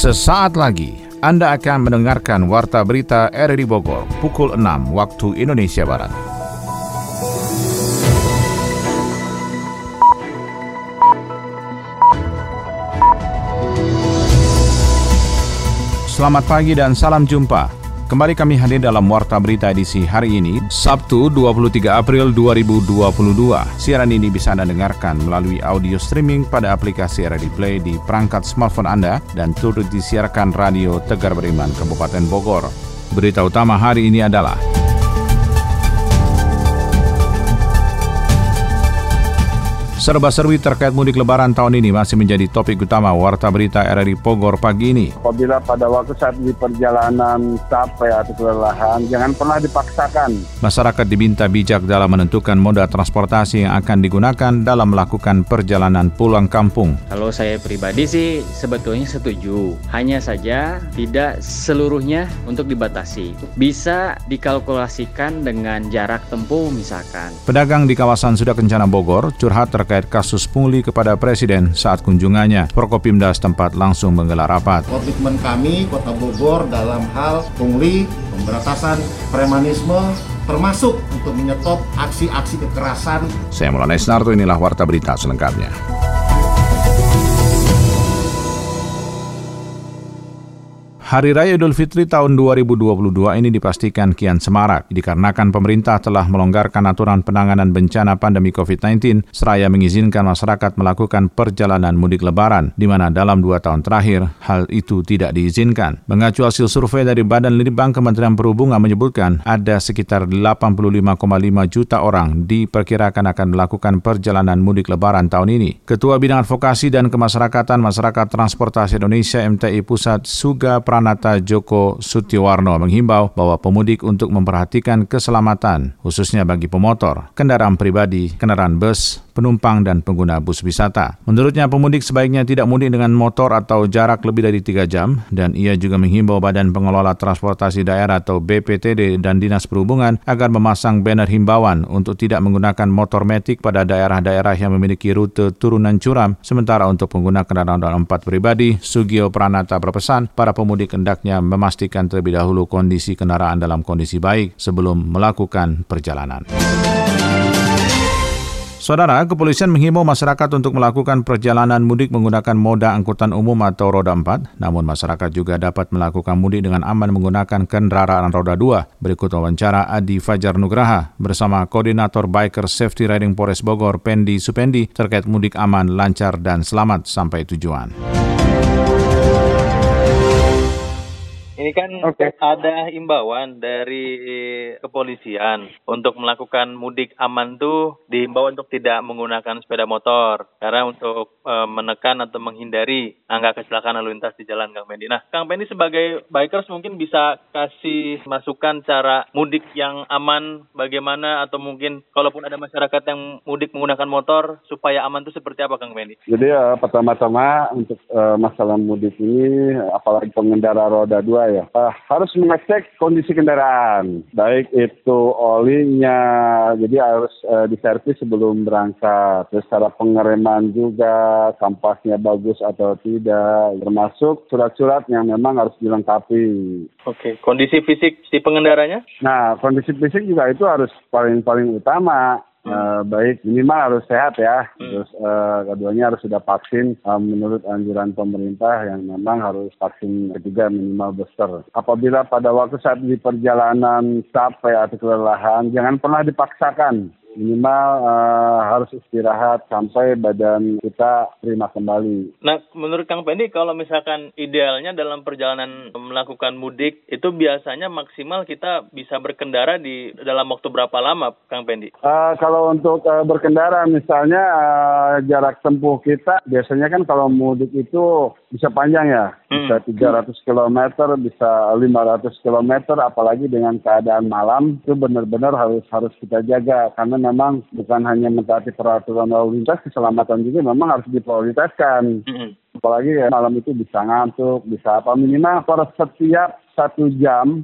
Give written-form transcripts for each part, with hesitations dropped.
Sesaat lagi Anda akan mendengarkan Warta Berita RRI Bogor pukul 6 waktu Indonesia Barat. Selamat pagi dan salam jumpa. Kembali kami hadir dalam Warta Berita edisi hari ini, Sabtu 23 April 2022. Siaran ini bisa Anda dengarkan melalui audio streaming pada aplikasi RRI Play di perangkat smartphone Anda dan turut disiarkan Radio Tegar Beriman Kabupaten Bogor. Berita utama hari ini adalah serba-serbi terkait mudik lebaran tahun ini masih menjadi topik utama Warta Berita RRI Bogor pagi ini. Apabila pada waktu saat di perjalanan capek atau kelelahan, jangan pernah dipaksakan. Masyarakat diminta bijak dalam menentukan moda transportasi yang akan digunakan dalam melakukan perjalanan pulang kampung. Kalau saya pribadi sih sebetulnya setuju. Hanya saja tidak seluruhnya untuk dibatasi. Bisa dikalkulasikan dengan jarak tempuh misalkan. Pedagang di kawasan Sudak Kencana Bogor curhat terkait kasus pungli kepada Presiden saat kunjungannya. Prokopimda setempat langsung menggelar rapat. Komitmen kami Kota Bogor dalam hal pungli, pemberantasan premanisme, termasuk untuk menyetop aksi-aksi kekerasan. Saya Maulana Isnarto, inilah Warta Berita selengkapnya. Hari Raya Idul Fitri tahun 2022 ini dipastikan kian semarak dikarenakan pemerintah telah melonggarkan aturan penanganan bencana pandemi COVID-19 seraya mengizinkan masyarakat melakukan perjalanan mudik lebaran, di mana dalam 2 tahun terakhir hal itu tidak diizinkan. Mengacu hasil survei dari Badan Litbang Kementerian Perhubungan menyebutkan ada sekitar 85,5 juta orang diperkirakan akan melakukan perjalanan mudik lebaran tahun ini. Ketua Bidang Advokasi dan Kemasyarakatan Masyarakat Transportasi Indonesia MTI Pusat Suga Pranata Joko Sutiwarno menghimbau bahwa pemudik untuk memperhatikan keselamatan, khususnya bagi pemotor, kendaraan pribadi, kendaraan bus, penumpang, dan pengguna bus wisata. Menurutnya, pemudik sebaiknya tidak mudik dengan motor atau jarak lebih dari 3 jam, dan ia juga menghimbau Badan Pengelola Transportasi Daerah atau BPTD dan Dinas Perhubungan agar memasang banner himbauan untuk tidak menggunakan motor metik pada daerah-daerah yang memiliki rute turunan curam. Sementara untuk pengguna kendaraan roda 4 pribadi, Sugio Pranata berpesan para pemudik hendaknya memastikan terlebih dahulu kondisi kendaraan dalam kondisi baik sebelum melakukan perjalanan. Saudara, kepolisian menghimbau masyarakat untuk melakukan perjalanan mudik menggunakan moda angkutan umum atau roda 4. Namun masyarakat juga dapat melakukan mudik dengan aman menggunakan kendaraan roda 2. Berikut wawancara Adi Fajar Nugraha bersama Koordinator Biker Safety Riding Polres Bogor, Pendi Supendi, terkait mudik aman, lancar, dan selamat sampai tujuan. Ini kan ada imbauan dari kepolisian untuk melakukan mudik aman tuh diimbau untuk tidak menggunakan sepeda motor karena untuk menekan atau menghindari angka kecelakaan lalu lintas di jalan, Kang Pendi. Nah, Kang Pendi sebagai bikers mungkin bisa kasih masukan cara mudik yang aman bagaimana, atau mungkin kalaupun ada masyarakat yang mudik menggunakan motor supaya aman tuh seperti apa, Kang Pendi? Jadi pertama-tama untuk masalah mudik ini, apalagi pengendara roda 2 ya, harus mengecek kondisi kendaraan, baik itu olinya, jadi harus diservis sebelum berangkat. Terus cara pengereman juga, kampasnya bagus atau tidak, termasuk surat-surat yang memang harus dilengkapi. Oke, kondisi fisik si pengendaranya? Nah, kondisi fisik juga itu harus paling utama. Baik, minimal harus sehat ya. Terus keduanya harus sudah vaksin menurut anjuran pemerintah yang memang harus vaksin ketiga minimal booster. Apabila pada waktu saat di perjalanan capek atau kelelahan, jangan pernah dipaksakan. Minimal harus istirahat sampai badan kita prima kembali. Nah, menurut Kang Pendi, kalau misalkan idealnya dalam perjalanan melakukan mudik, itu biasanya maksimal kita bisa berkendara di dalam waktu berapa lama, Kang Pendi? Kalau untuk berkendara, misalnya jarak tempuh kita, biasanya kan kalau mudik itu bisa panjang ya. Bisa 300 km, bisa 500 km, apalagi dengan keadaan malam, itu benar-benar harus kita jaga. Karena memang bukan hanya mentaati peraturan lalu lintas, keselamatan juga memang harus diprioritaskan. Apalagi ya, malam itu bisa ngantuk, bisa apa, minimal per setiap 1 jam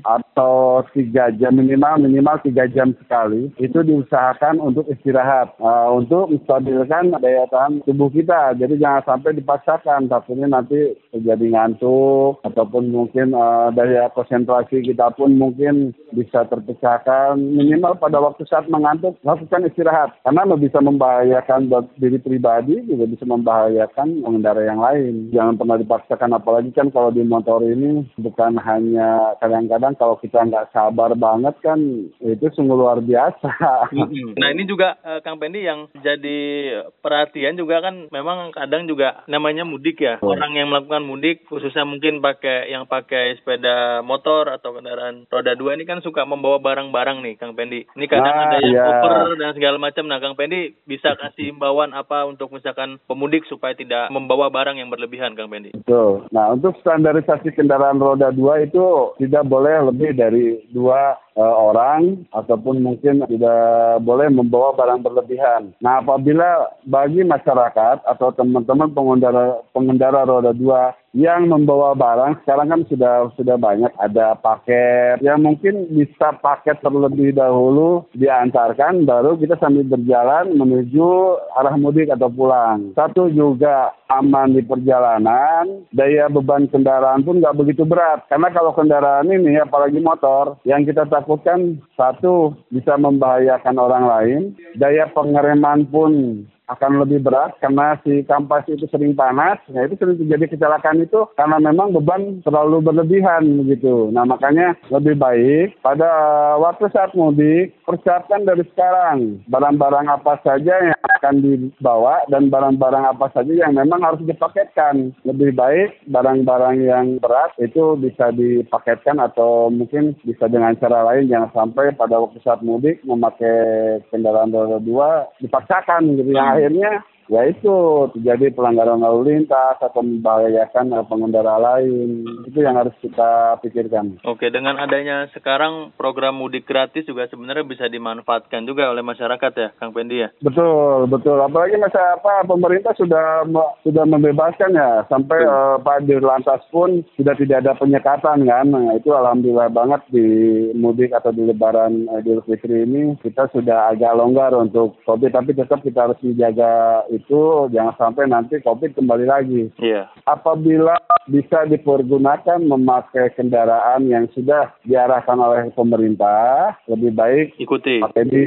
atau 3 jam minimal 3 jam sekali itu diusahakan untuk istirahat untuk menstabilkan daya tahan tubuh kita. Jadi jangan sampai dipaksakan, takutnya nanti terjadi ngantuk ataupun mungkin daya konsentrasi kita pun mungkin bisa terpecahkan. Minimal pada waktu saat mengantuk lakukan istirahat karena bisa membahayakan buat diri pribadi, juga bisa membahayakan pengendara yang lain. Jangan pernah dipaksakan, apalagi kan kalau di motor ini bukan hanya kadang-kadang kalau kita nggak sabar banget kan itu sungguh luar biasa. Nah ini juga Kang Pendi yang jadi perhatian juga kan memang kadang juga namanya mudik ya. Orang yang melakukan mudik khususnya mungkin pakai sepeda motor atau kendaraan roda 2 ini kan suka membawa barang-barang nih Kang Pendi. Ini kadang ada yang koper dan segala macam. Nah Kang Pendi bisa kasih imbauan apa untuk misalkan pemudik supaya tidak membawa barang yang berlebihan Kang Pendi? Betul. Nah untuk standarisasi kendaraan roda 2 itu tidak boleh lebih dari 2 orang ataupun mungkin tidak boleh membawa barang berlebihan. Nah apabila bagi masyarakat atau teman-teman pengendara roda 2 yang membawa barang sekarang kan sudah banyak, ada paket yang mungkin bisa paket terlebih dahulu diantarkan baru kita sambil berjalan menuju arah mudik atau pulang. Satu juga aman di perjalanan, daya beban kendaraan pun nggak begitu berat karena kalau kendaraan ini apalagi motor yang kita takutkan satu bisa membahayakan orang lain, daya pengereman pun akan lebih berat karena si kampas itu sering panas. Nah itu sering terjadi kecelakaan itu karena memang beban terlalu berlebihan begitu. Nah makanya lebih baik pada waktu saat mudik persiapkan dari sekarang barang-barang apa saja yang akan dibawa dan barang-barang apa saja yang memang harus dipaketkan. Lebih baik barang-barang yang berat itu bisa dipaketkan atau mungkin bisa dengan cara lain, jangan sampai pada waktu saat mudik memakai kendaraan roda 2 dipaksakan gitu ya. Akhirnya ya itu terjadi pelanggaran lalu lintas atau membahayakan pengendara lain. Itu yang harus kita pikirkan. Oke, dengan adanya sekarang program mudik gratis juga sebenarnya bisa dimanfaatkan juga oleh masyarakat ya, Kang Pendi ya? Betul. Apalagi pemerintah sudah membebaskan ya, sampai Pak Dirlantas pun sudah tidak ada penyekatan kan. Nah, itu alhamdulillah banget di mudik atau di Lebaran Idul Fitri ini kita sudah agak longgar untuk COVID, tapi tetap kita harus menjaga itu jangan sampai nanti COVID kembali lagi. Iya. Apabila bisa dipergunakan memakai kendaraan yang sudah diarahkan oleh pemerintah, lebih baik ikutin.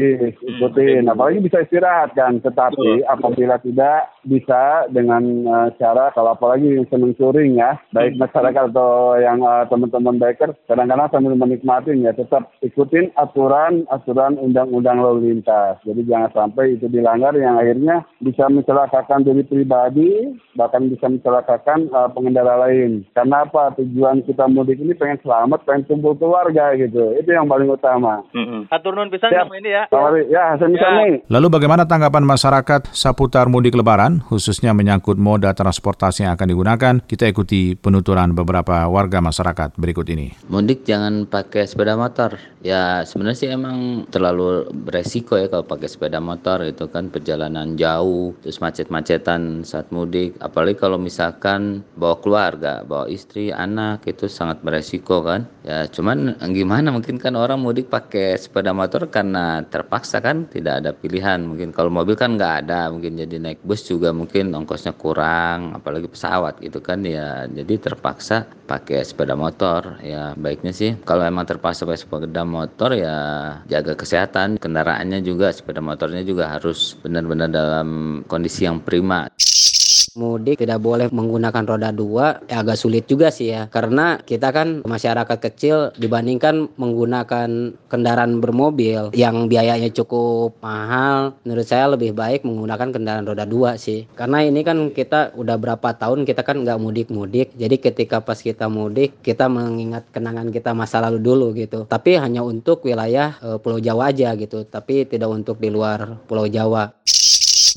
Apalagi bisa istirahat kan. Tetapi apabila tidak bisa dengan cara, kalau apalagi yang senang touring ya, baik masyarakat atau yang teman-teman biker, kadang-kadang sambil menikmati ya tetap ikutin aturan undang-undang lalu lintas. Jadi jangan sampai itu dilanggar yang akhirnya bisa mencelakakan diri pribadi, bahkan bisa mencelakakan pengendara lain. Karena apa? Tujuan kita mudik ini pengen selamat, pengen kumpul keluarga gitu. Itu yang paling utama. Atur nuhun pisan sama ini ya. Ya, nih. Lalu bagaimana tanggapan masyarakat seputar mudik Lebaran, khususnya menyangkut moda transportasi yang akan digunakan? Kita ikuti penuturan beberapa warga masyarakat berikut ini. Mudik jangan pakai sepeda motor. Ya sebenarnya sih emang terlalu beresiko ya kalau pakai sepeda motor, itu kan perjalanan jauh, terus macet-macetan saat mudik. Apalagi kalau misalkan bawa keluarga, bawa istri, anak, itu sangat beresiko kan. Ya cuman gimana, mungkin kan orang mudik pakai sepeda motor karena terpaksa kan, tidak ada pilihan. Mungkin kalau mobil kan nggak ada, mungkin jadi naik bus juga mungkin ongkosnya kurang, apalagi pesawat gitu kan ya. Jadi terpaksa pakai sepeda motor. Ya baiknya sih kalau emang terpaksa pakai sepeda motor ya jaga kesehatan kendaraannya juga, sepeda motornya juga harus benar-benar dalam kondisi yang prima. Mudik tidak boleh menggunakan roda 2 agak sulit juga sih ya, karena kita kan masyarakat kecil dibandingkan menggunakan kendaraan bermobil yang biayanya cukup mahal. Menurut saya lebih baik menggunakan kendaraan roda 2 sih, karena ini kan kita udah berapa tahun kita kan nggak mudik, jadi ketika pas kita mudik kita mengingat kenangan kita masa lalu dulu gitu, tapi hanya untuk wilayah Pulau Jawa aja gitu, tapi tidak untuk di luar Pulau Jawa.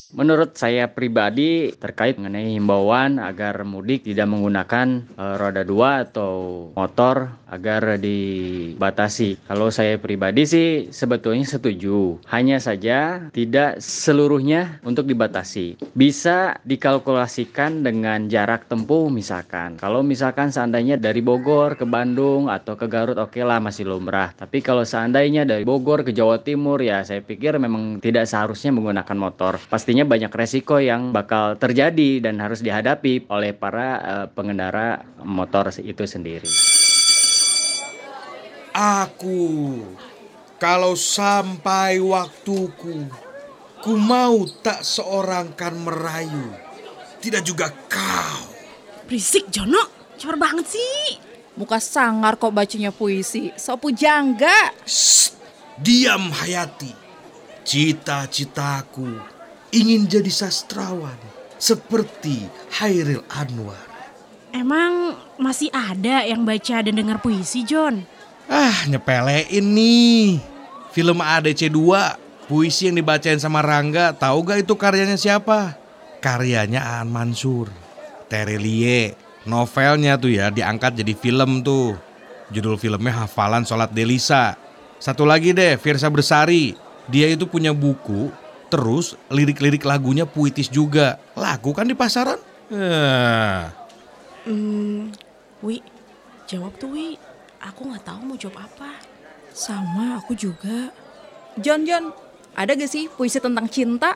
Menurut saya pribadi terkait mengenai himbauan agar mudik tidak menggunakan roda 2 atau motor agar dibatasi. Kalau saya pribadi sih sebetulnya setuju. Hanya saja tidak seluruhnya untuk dibatasi. Bisa dikalkulasikan dengan jarak tempuh misalkan. Kalau misalkan seandainya dari Bogor ke Bandung atau ke Garut, oke lah masih lumrah. Tapi kalau seandainya dari Bogor ke Jawa Timur, ya saya pikir memang tidak seharusnya menggunakan motor. Pastinya banyak resiko yang bakal terjadi dan harus dihadapi oleh para pengendara motor itu sendiri. Kalau sampai waktuku, ku mau tak seorang kan merayu, tidak juga kau. Berisik Jono, caper banget sih. Muka sangar kok bacanya puisi, sok pujangga. Diam Hayati, cita-citaku ingin jadi sastrawan seperti Hairil Anwar. Emang masih ada yang baca dan dengar puisi, John? Nyepelein nih. Film ADC 2, puisi yang dibacain sama Rangga, tahu gak itu karyanya siapa? Karyanya Aan Mansur. Terelie, novelnya tuh ya diangkat jadi film tuh. Judul filmnya Hafalan Sholat Delisa. Satu lagi deh, Firsa Bersari. Dia itu punya buku, terus lirik-lirik lagunya puitis juga. Laku kan di pasaran? Wi, jawab tuh Wi. Aku gak tahu mau jawab apa. Sama aku juga. John, ada gak sih puisi tentang cinta?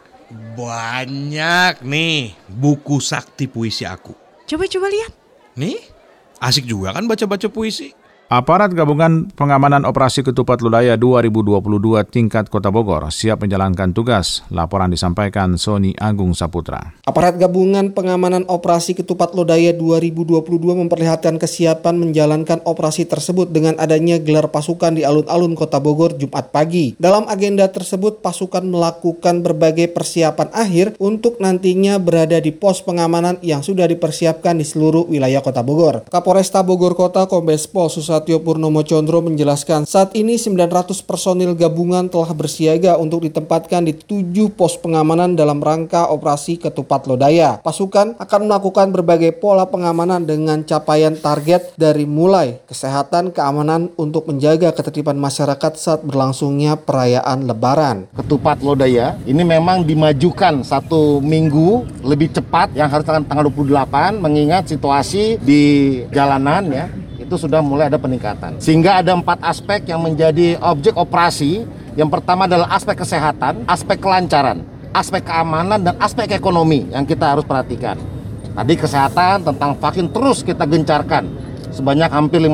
Banyak nih buku sakti puisi aku. Coba lihat. Nih, asik juga kan baca-baca puisi. Aparat Gabungan Pengamanan Operasi Ketupat Lodaya 2022 tingkat Kota Bogor siap menjalankan tugas. Laporan disampaikan Sony Agung Saputra. Aparat Gabungan Pengamanan Operasi Ketupat Lodaya 2022 memperlihatkan kesiapan menjalankan operasi tersebut dengan adanya gelar pasukan di alun-alun Kota Bogor Jumat pagi. Dalam agenda tersebut, pasukan melakukan berbagai persiapan akhir untuk nantinya berada di pos pengamanan yang sudah dipersiapkan di seluruh wilayah Kota Bogor. Kapolresta Bogor Kota Kombes Pol Susatyo Purnomo Condro menjelaskan saat ini 900 personil gabungan telah bersiaga untuk ditempatkan di 7 pos pengamanan dalam rangka operasi Ketupat Lodaya. Pasukan akan melakukan berbagai pola pengamanan dengan capaian target dari mulai kesehatan, keamanan untuk menjaga ketertiban masyarakat saat berlangsungnya perayaan Lebaran. Ketupat Lodaya ini memang dimajukan 1 minggu lebih cepat yang harus tanggal 28 mengingat situasi di jalanan ya. Itu sudah mulai ada peningkatan. Sehingga ada 4 aspek yang menjadi objek operasi. Yang pertama adalah aspek kesehatan, aspek kelancaran, aspek keamanan, dan aspek ekonomi yang kita harus perhatikan. Tadi kesehatan tentang vaksin terus kita gencarkan. Sebanyak hampir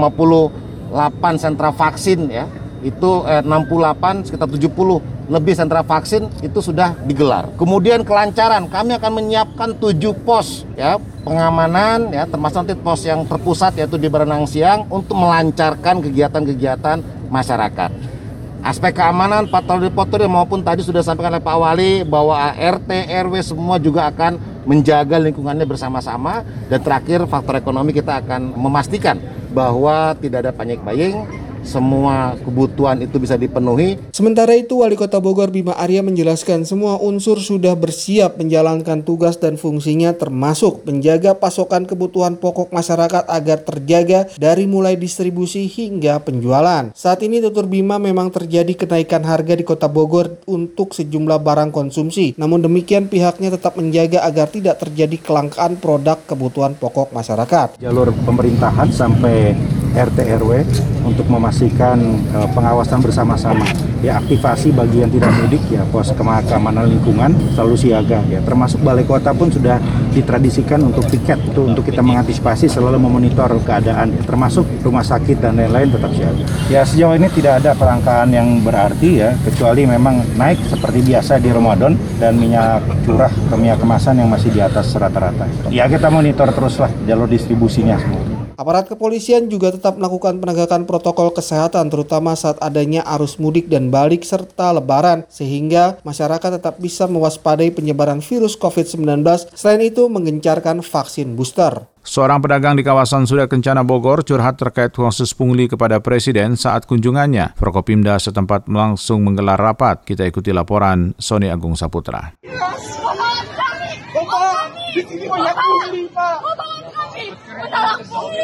58 sentra vaksin ya. Itu 68, sekitar 70 lebih sentra vaksin itu sudah digelar. Kemudian kelancaran, kami akan menyiapkan 7 pos ya pengamanan ya, termasuk nanti pos yang terpusat yaitu di Berenang Siang untuk melancarkan kegiatan-kegiatan masyarakat. Aspek keamanan, patroli-patroli maupun tadi sudah disampaikan oleh Pak Wali bahwa RT, RW semua juga akan menjaga lingkungannya bersama-sama. Dan terakhir faktor ekonomi kita akan memastikan bahwa tidak ada panic buying, semua kebutuhan itu bisa dipenuhi. Sementara itu, Wali Kota Bogor Bima Arya menjelaskan semua unsur sudah bersiap menjalankan tugas dan fungsinya termasuk menjaga pasokan kebutuhan pokok masyarakat agar terjaga dari mulai distribusi hingga penjualan. Saat ini Tutur Bima memang terjadi kenaikan harga di Kota Bogor untuk sejumlah barang konsumsi. Namun demikian pihaknya tetap menjaga agar tidak terjadi kelangkaan produk kebutuhan pokok masyarakat. Jalur pemerintahan sampai RT RW untuk memastikan pengawasan bersama-sama. Ya, aktivasi bagi yang tidak mudik ya, pos keamanan lingkungan selalu siaga ya. Termasuk Balai Kota pun sudah ditradisikan untuk piket itu untuk kita mengantisipasi, selalu memonitor keadaan ya, termasuk rumah sakit dan lain-lain tetap siaga. Ya, sejauh ini tidak ada kelangkaan yang berarti ya, kecuali memang naik seperti biasa di Ramadan dan minyak curah atau minyak kemasan yang masih di atas rata-rata. Ya, kita monitor teruslah jalur distribusinya semua. Aparat kepolisian juga tetap melakukan penegakan protokol kesehatan terutama saat adanya arus mudik dan balik serta lebaran sehingga masyarakat tetap bisa mewaspadai penyebaran virus COVID-19. Selain itu menggencarkan vaksin booster. Seorang pedagang di kawasan Surya Kencana Bogor curhat terkait kasus pungli kepada Presiden saat kunjungannya. Forkopimda setempat langsung menggelar rapat. Kita ikuti laporan Sony Agung Saputra. Pak. Di sini banyak pungli, Pak. Ditangkap polisi.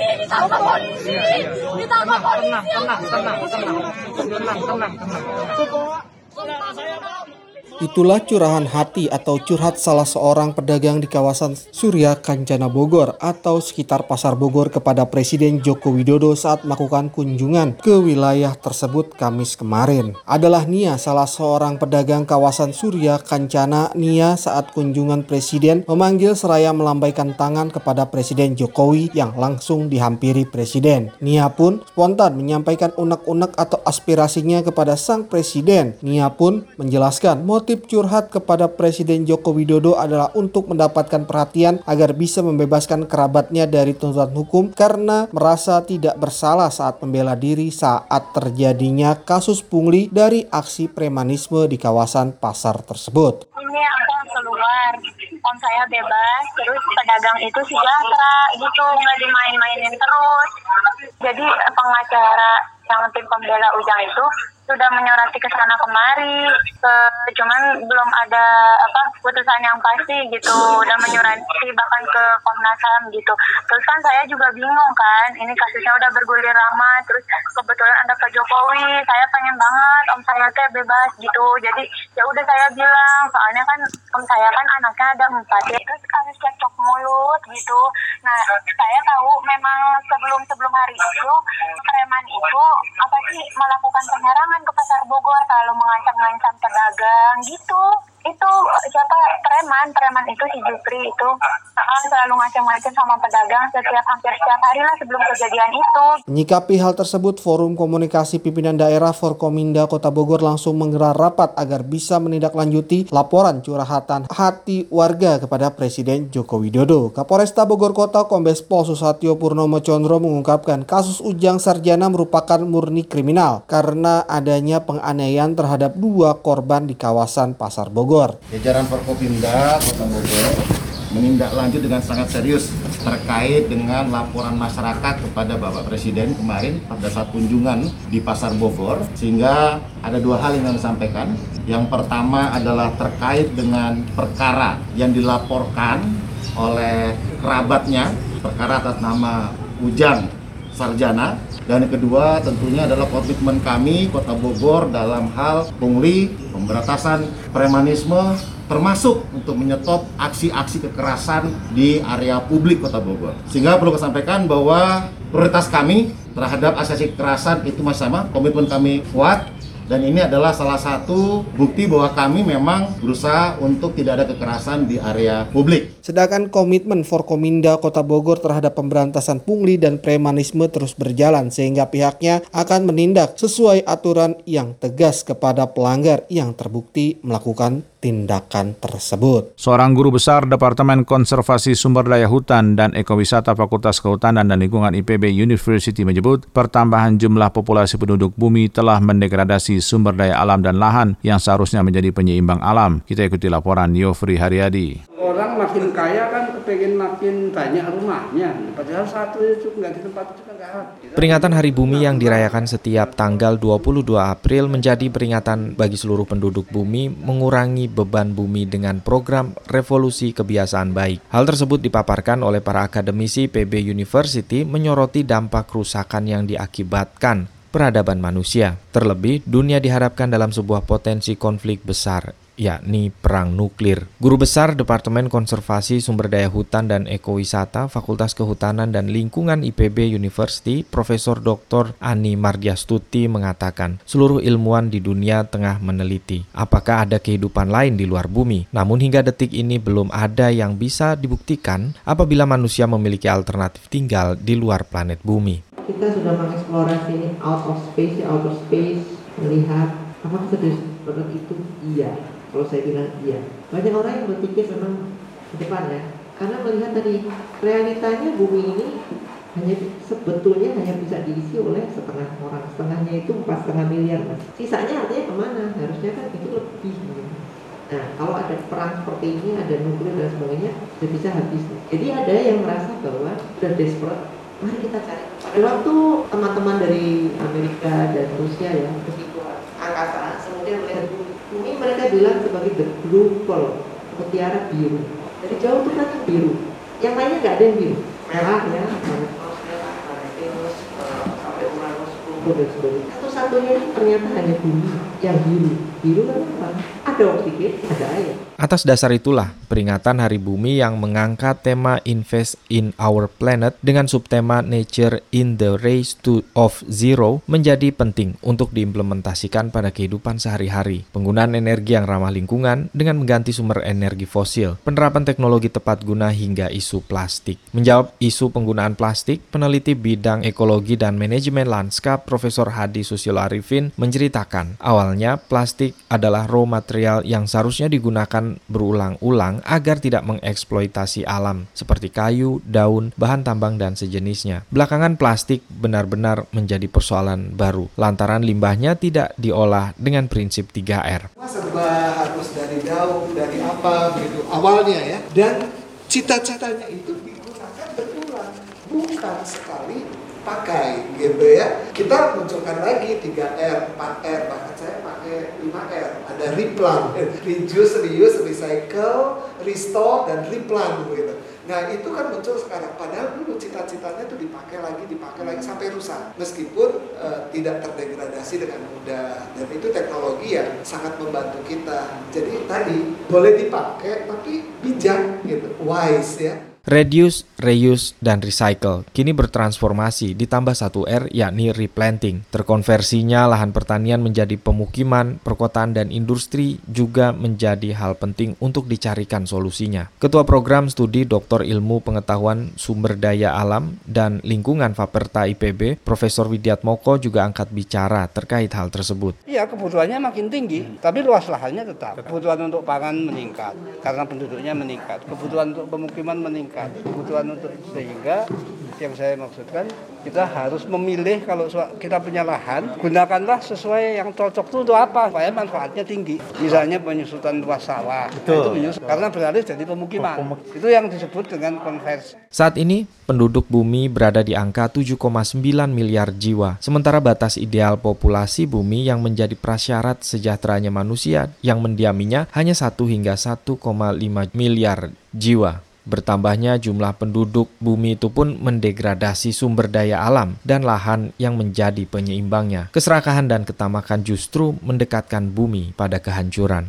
Itulah curahan hati atau curhat salah seorang pedagang di kawasan Surya Kancana Bogor atau sekitar Pasar Bogor kepada Presiden Joko Widodo saat melakukan kunjungan ke wilayah tersebut Kamis kemarin. Adalah Nia, salah seorang pedagang kawasan Surya Kancana. Nia saat kunjungan Presiden memanggil seraya melambaikan tangan kepada Presiden Jokowi yang langsung dihampiri Presiden. Nia pun spontan menyampaikan unek-unek atau aspirasinya kepada sang Presiden. Nia pun menjelaskan motif curhat kepada Presiden Joko Widodo adalah untuk mendapatkan perhatian agar bisa membebaskan kerabatnya dari tuntutan hukum karena merasa tidak bersalah saat membela diri saat terjadinya kasus pungli dari aksi premanisme di kawasan pasar tersebut. Ini aku keluar, om saya bebas, terus pedagang itu sejahtera gitu, nggak dimain-mainin terus. Jadi pengacara yang tim pembela Ujang itu sudah menyoroti ke sana kemari, cuman belum ada putusan yang pasti gitu, udah menyurati bahkan ke Komnas HAM gitu. Terus kan saya juga bingung kan, ini kasusnya udah bergulir lama, terus kebetulan ada Pak Jokowi, saya pengen banget om saya teh bebas gitu. Jadi ya udah saya bilang, soalnya kan om saya kan anaknya ada 4 ya, terus kasus cekcok mulut gitu. Nah saya tahu memang sebelum hari itu preman itu melakukan penyerangan ke Pasar Bogor, kalau mengancam-ngancam pedagang gitu. Itu siapa preman itu si Jupri itu selalu ngancam-ngancam sama pedagang hampir setiap hari lah sebelum kejadian itu. Menyikapi hal tersebut, Forum Komunikasi Pimpinan Daerah Forkominda Kota Bogor langsung menggelar rapat agar bisa menindaklanjuti laporan curhatan hati warga kepada Presiden Joko Widodo. Kapolresta Bogor Kota Kombes Pol Susatyo Purnomo Condro mengungkapkan kasus Ujang Sarjana merupakan murni kriminal karena adanya penganiayaan terhadap 2 korban di kawasan Pasar Bogor. Jajaran Forkopimda Kota Bogor menindaklanjut dengan sangat serius terkait dengan laporan masyarakat kepada Bapak Presiden kemarin pada saat kunjungan di Pasar Bogor, sehingga ada 2 hal yang kami sampaikan. Yang pertama adalah terkait dengan perkara yang dilaporkan oleh kerabatnya, perkara atas nama Ujang Sarjana. Dan yang kedua tentunya adalah komitmen kami Kota Bogor dalam hal pungli, pemberantasan premanisme, termasuk untuk menyetop aksi-aksi kekerasan di area publik Kota Bogor. Sehingga perlu saya sampaikan bahwa prioritas kami terhadap aksi kekerasan itu masih sama, komitmen kami kuat. Dan ini adalah salah satu bukti bahwa kami memang berusaha untuk tidak ada kekerasan di area publik. Sedangkan komitmen Forkominda Kota Bogor terhadap pemberantasan pungli dan premanisme terus berjalan sehingga pihaknya akan menindak sesuai aturan yang tegas kepada pelanggar yang terbukti melakukan tindakan tersebut. Seorang guru besar Departemen Konservasi Sumber Daya Hutan dan Ekowisata Fakultas Kehutanan dan Lingkungan IPB University menyebut pertambahan jumlah populasi penduduk bumi telah mendegradasi sumber daya alam dan lahan yang seharusnya menjadi penyeimbang alam. Kita ikuti laporan Yofri Haryadi. Orang makin kaya kan kepengen makin banyak rumahnya, padahal satu itu nggak di tempat itu nggak ada. Peringatan Hari Bumi yang dirayakan setiap tanggal 22 April menjadi peringatan bagi seluruh penduduk bumi mengurangi beban bumi dengan program revolusi kebiasaan baik. Hal tersebut dipaparkan oleh para akademisi PB University menyoroti dampak kerusakan yang diakibatkan peradaban manusia. Terlebih, dunia diharapkan dalam sebuah potensi konflik besar, yakni perang nuklir. Guru Besar Departemen Konservasi Sumber Daya Hutan dan Ekowisata Fakultas Kehutanan dan Lingkungan IPB University, Profesor Dr. Ani Mardiastuti mengatakan, seluruh ilmuwan di dunia tengah meneliti apakah ada kehidupan lain di luar bumi. Namun hingga detik ini belum ada yang bisa dibuktikan apabila manusia memiliki alternatif tinggal di luar planet bumi. Kita sudah mengeksplorasi outer space, melihat apakah sebenarnya itu iya. Kalau saya bilang iya, banyak orang yang berpikir memang ke depan ya, karena melihat tadi realitanya bumi ini sebetulnya hanya bisa diisi oleh setengah orang, setengahnya itu 4,5 miliar, sisanya artinya kemana? Harusnya kan itu lebih. Nah, kalau ada perang seperti ini, ada nuklir dan sebagainya, sudah bisa habis. Jadi ada yang merasa bahwa sudah desperate, mari kita cari. Pada waktu teman-teman dari Amerika dan Rusia ya, begitu angkasa, kemudian melihat bumi, mereka bilang sebagai the blue pearl, mutiara biru. Dari jauh tuh kan biru. Yang lainnya nggak ada yang biru. Merah ya, planet Mars merah, planet Venus, sampai Uranus, Pluto dan sebagainya. Satu-satunya itu ternyata hanya bumi yang biru. Biru kan apa? Ada oksigen, ada air. Atas dasar itulah, peringatan Hari Bumi yang mengangkat tema Invest in Our Planet dengan subtema Nature in the Race of Zero menjadi penting untuk diimplementasikan pada kehidupan sehari-hari. Penggunaan energi yang ramah lingkungan dengan mengganti sumber energi fosil, penerapan teknologi tepat guna hingga isu plastik. Menjawab isu penggunaan plastik, peneliti bidang ekologi dan manajemen lanskap Profesor Hadi Susilo Arifin menceritakan, awalnya plastik adalah raw material yang seharusnya digunakan berulang-ulang agar tidak mengeksploitasi alam seperti kayu, daun, bahan tambang dan sejenisnya. Belakangan plastik benar-benar menjadi persoalan baru lantaran limbahnya tidak diolah dengan prinsip 3R. Serba harus dari daun, dari apa begitu awalnya ya. Dan cita-citanya itu digunakan berulang, bukan sekali pakai gitu ya. Kita munculkan lagi 3R, 4R, bahkan saya pakai 5R. Ada replant, reduce, reuse, recycle, restore, dan replant gitu. Nah itu kan muncul sekarang, padahal dulu cita-citanya itu dipakai lagi sampai rusak. Meskipun tidak terdegradasi dengan mudah. Dan itu teknologi yang sangat membantu kita. Jadi tadi boleh dipakai tapi bijak gitu, wise ya. Reduce, reuse, dan recycle kini bertransformasi ditambah 1R yakni replanting. Terkonversinya lahan pertanian menjadi pemukiman, perkotaan, dan industri juga menjadi hal penting untuk dicarikan solusinya. Ketua Program Studi Dr. Ilmu Pengetahuan Sumber Daya Alam dan Lingkungan Faperta IPB, Profesor Widiatmoko juga angkat bicara terkait hal tersebut. Iya, kebutuhannya makin tinggi, tapi luas lahannya tetap. Kebutuhan untuk pangan meningkat karena penduduknya meningkat. Kebutuhan untuk pemukiman meningkat. Kebutuhan untuk sehingga yang saya maksudkan kita harus memilih kalau kita punya lahan, gunakanlah sesuai yang cocok itu untuk apa supaya manfaatnya tinggi. Misalnya penyusutan luas sawah, itu karena beralih jadi pemukiman. Itu yang disebut dengan konversi. Saat ini penduduk bumi berada di angka 7,9 miliar jiwa, sementara batas ideal populasi bumi yang menjadi prasyarat sejahteranya manusia yang mendiaminya hanya 1 hingga 1,5 miliar jiwa. Bertambahnya jumlah penduduk bumi itu pun mendegradasi sumber daya alam dan lahan yang menjadi penyeimbangnya. Keserakahan dan ketamakan justru mendekatkan bumi pada kehancuran.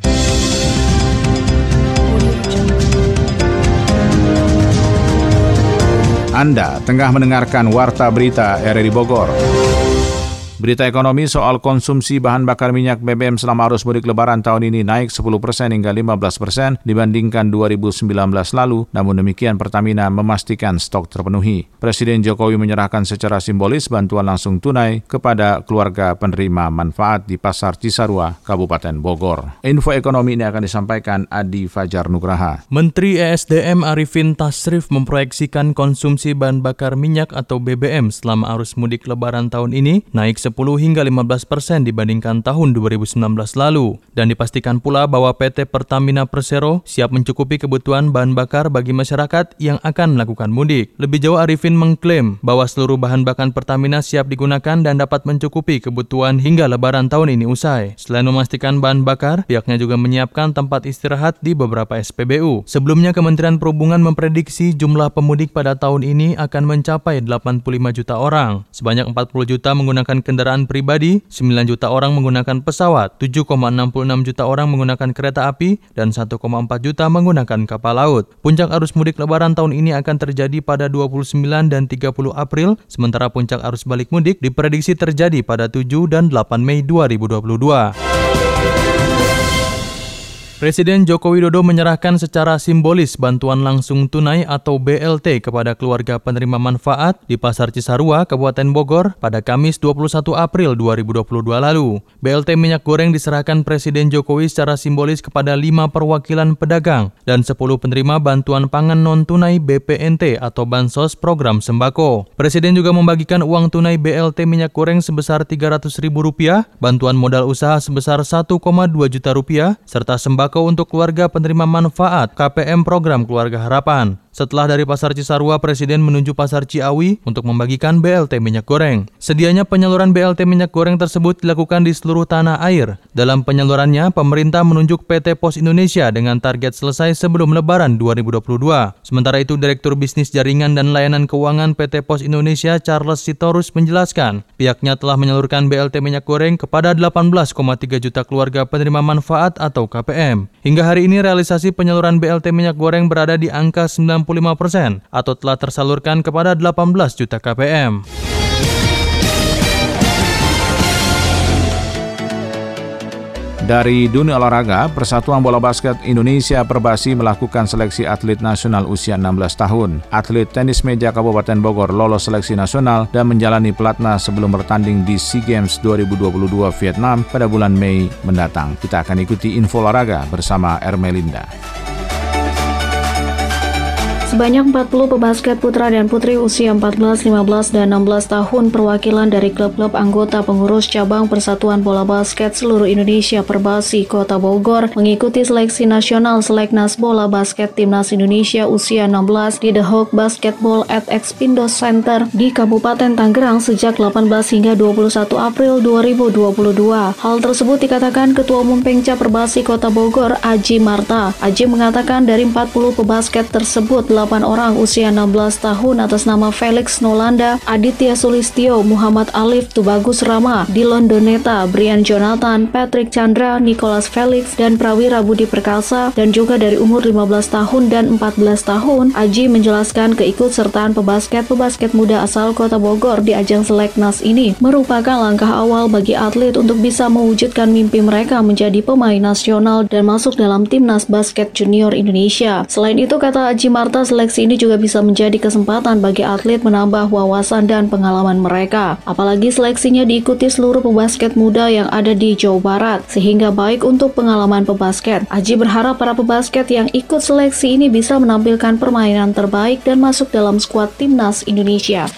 Anda tengah mendengarkan Warta Berita RRI Bogor. Berita ekonomi soal konsumsi bahan bakar minyak BBM selama arus mudik lebaran tahun ini naik 10% hingga 15% dibandingkan 2019 lalu, namun demikian Pertamina memastikan stok terpenuhi. Presiden Jokowi menyerahkan secara simbolis bantuan langsung tunai kepada keluarga penerima manfaat di Pasar Cisarua, Kabupaten Bogor. Info ekonomi ini akan disampaikan Adi Fajar Nugraha. Menteri ESDM Arifin Tasrif memproyeksikan konsumsi bahan bakar minyak atau BBM selama arus mudik lebaran tahun ini naik 10 hingga 15% dibandingkan tahun 2019 lalu. Dan dipastikan pula bahwa PT Pertamina Persero siap mencukupi kebutuhan bahan bakar bagi masyarakat yang akan melakukan mudik. Lebih jauh Arifin mengklaim bahwa seluruh bahan bakar Pertamina siap digunakan dan dapat mencukupi kebutuhan hingga lebaran tahun ini usai. Selain memastikan bahan bakar, pihaknya juga menyiapkan tempat istirahat di beberapa SPBU. Sebelumnya Kementerian Perhubungan memprediksi jumlah pemudik pada tahun ini akan mencapai 85 juta orang. Sebanyak 40 juta menggunakan kendaraan pribadi, 9 juta orang menggunakan pesawat, 7,66 juta orang menggunakan kereta api, dan 1,4 juta menggunakan kapal laut. Puncak arus mudik lebaran tahun ini akan terjadi pada 29 dan 30 April, sementara puncak arus balik mudik diprediksi terjadi pada 7 dan 8 Mei 2022. Presiden Joko Widodo menyerahkan secara simbolis bantuan langsung tunai atau BLT kepada keluarga penerima manfaat di Pasar Cisarua, Kabupaten Bogor pada Kamis 21 April 2022 lalu. BLT minyak goreng diserahkan Presiden Jokowi secara simbolis kepada 5 perwakilan pedagang dan 10 penerima bantuan pangan non-tunai BPNT atau Bansos Program Sembako. Presiden juga membagikan uang tunai BLT minyak goreng sebesar Rp300.000, bantuan modal usaha sebesar Rp1,2 juta, serta sembako untuk keluarga penerima manfaat KPM Program Keluarga Harapan. Setelah dari Pasar Cisarua, Presiden menuju Pasar Ciawi untuk membagikan BLT minyak goreng. Sedianya penyaluran BLT minyak goreng tersebut dilakukan di seluruh tanah air. Dalam penyalurannya, pemerintah menunjuk PT Pos Indonesia dengan target selesai sebelum Lebaran 2022. Sementara itu, Direktur Bisnis Jaringan dan Layanan Keuangan PT Pos Indonesia, Charles Sitorus, menjelaskan pihaknya telah menyalurkan BLT minyak goreng kepada 18,3 juta keluarga penerima manfaat atau KPM. Hingga hari ini realisasi penyaluran BLT minyak goreng berada di angka 95% atau telah tersalurkan kepada 18 juta KPM. Dari dunia olahraga, Persatuan Bola Basket Indonesia Perbasi melakukan seleksi atlet nasional usia 16 tahun. Atlet tenis meja Kabupaten Bogor lolos seleksi nasional dan menjalani pelatnas sebelum bertanding di SEA Games 2022 Vietnam pada bulan Mei mendatang. Kita akan ikuti info olahraga bersama Ermelinda. Sebanyak 40 pebasket putra dan putri usia 14, 15, dan 16 tahun perwakilan dari klub-klub anggota pengurus cabang Persatuan Bola Basket Seluruh Indonesia Perbasi Kota Bogor mengikuti seleksi nasional Seleknas Bola Basket Timnas Indonesia usia 16 di The Hawk Basketball at Expindo Center di Kabupaten Tangerang sejak 18 hingga 21 April 2022. Hal tersebut dikatakan Ketua Umum Pengca Perbasi Kota Bogor, Aji Marta. Aji mengatakan dari 40 pebasket tersebut, 8 orang usia 16 tahun atas nama Felix Nolanda, Aditya Sulistyo, Muhammad Alif Tubagus Rama, Dilon Doneta, Brian Jonathan, Patrick Chandra, Nicholas Felix, dan Prawira Budi Perkasa, dan juga dari umur 15 tahun dan 14 tahun. Aji menjelaskan keikutsertaan pebasket muda asal Kota Bogor di ajang Seleknas ini merupakan langkah awal bagi atlet untuk bisa mewujudkan mimpi mereka menjadi pemain nasional dan masuk dalam Timnas Basket Junior Indonesia. Selain itu, kata Aji Marta, seleksi ini juga bisa menjadi kesempatan bagi atlet menambah wawasan dan pengalaman mereka. Apalagi seleksinya diikuti seluruh pebasket muda yang ada di Jawa Barat, sehingga baik untuk pengalaman pebasket. Aji berharap para pebasket yang ikut seleksi ini bisa menampilkan permainan terbaik dan masuk dalam skuad Timnas Indonesia.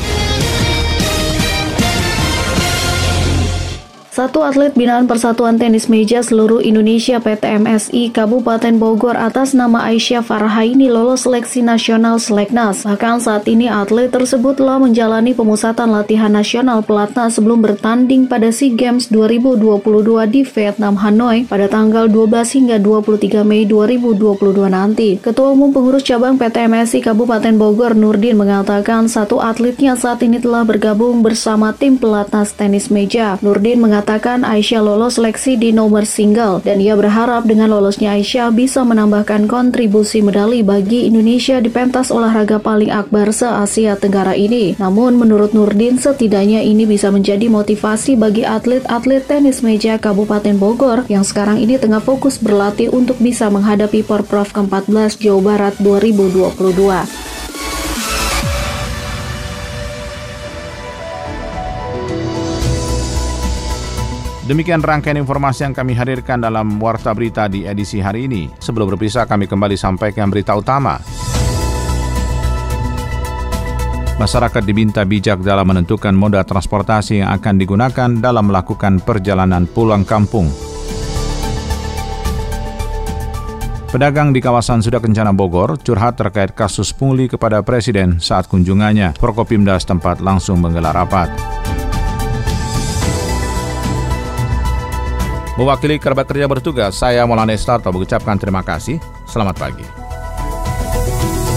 Satu atlet binaan Persatuan Tenis Meja Seluruh Indonesia PTMSI Kabupaten Bogor atas nama Aisyah Farhaini lolos seleksi nasional Seleknas. Bahkan saat ini atlet tersebut telah menjalani pemusatan latihan nasional pelatnas sebelum bertanding pada SEA Games 2022 di Vietnam Hanoi pada tanggal 12 hingga 23 Mei 2022 nanti. Ketua Umum Pengurus Cabang PTMSI Kabupaten Bogor Nurdin mengatakan satu atletnya saat ini telah bergabung bersama tim pelatnas tenis meja. Nurdin mengatakan Aisyah lolos seleksi di nomor single dan ia berharap dengan lolosnya Aisyah bisa menambahkan kontribusi medali bagi Indonesia di pentas olahraga paling akbar se-Asia Tenggara ini. Namun menurut Nurdin, setidaknya ini bisa menjadi motivasi bagi atlet-atlet tenis meja Kabupaten Bogor yang sekarang ini tengah fokus berlatih untuk bisa menghadapi Porprov ke-14 Jawa Barat 2022. Demikian rangkaian informasi yang kami hadirkan dalam Warta Berita di edisi hari ini. Sebelum berpisah, kami kembali sampaikan berita utama. Masyarakat diminta bijak dalam menentukan moda transportasi yang akan digunakan dalam melakukan perjalanan pulang kampung. Pedagang di kawasan Sudak Kencana Bogor curhat terkait kasus pungli kepada Presiden saat kunjungannya. Prokopimda setempat langsung menggelar rapat. Mewakili kerabat kerja bertugas, saya Maulana Estarto mengucapkan terima kasih. Selamat pagi.